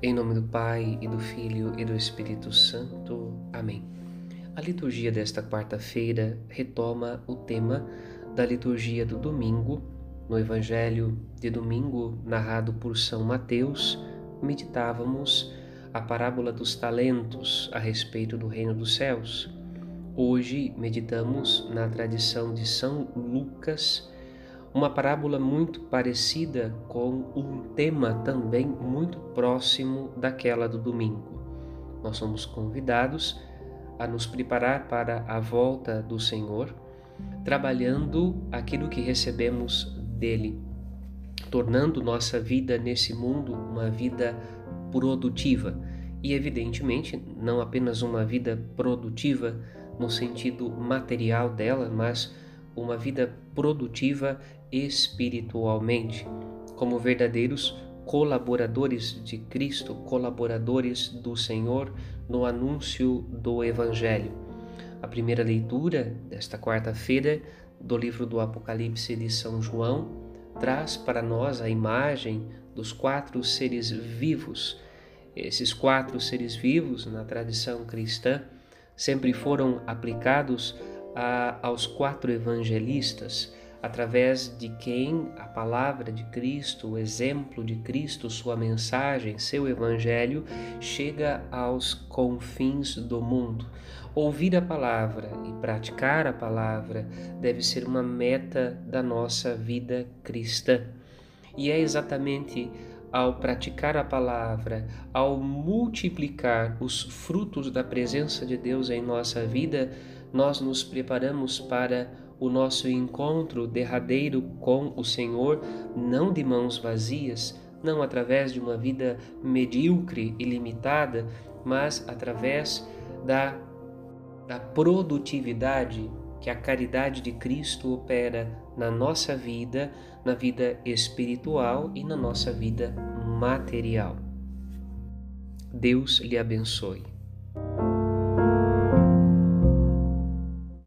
Em nome do Pai, e do Filho, e do Espírito Santo. Amém. A liturgia desta quarta-feira retoma o tema da liturgia do domingo. No Evangelho de domingo, narrado por São Mateus, meditávamos a parábola dos talentos a respeito do reino dos céus. Hoje meditamos na tradição de São Lucas, uma parábola muito parecida com um tema também muito próximo daquela do domingo. Nós somos convidados a nos preparar para a volta do Senhor, trabalhando aquilo que recebemos dele, tornando nossa vida nesse mundo uma vida produtiva. E, evidentemente, não apenas uma vida produtiva no sentido material dela, mas uma vida produtiva espiritualmente, como verdadeiros colaboradores de Cristo, colaboradores do Senhor no anúncio do Evangelho. A primeira leitura desta quarta-feira do livro do Apocalipse de São João traz para nós a imagem dos 4 seres vivos. Esses 4 seres vivos, na tradição cristã, sempre foram aplicados aos 4 evangelistas, através de quem a palavra de Cristo, o exemplo de Cristo, sua mensagem, seu evangelho, chega aos confins do mundo. Ouvir a palavra e praticar a palavra deve ser uma meta da nossa vida cristã. E é exatamente ao praticar a palavra, ao multiplicar os frutos da presença de Deus em nossa vida, nós nos preparamos para o nosso encontro derradeiro com o Senhor, não de mãos vazias, não através de uma vida medíocre e limitada, mas através da produtividade que a caridade de Cristo opera na nossa vida, na vida espiritual e na nossa vida material. Deus lhe abençoe.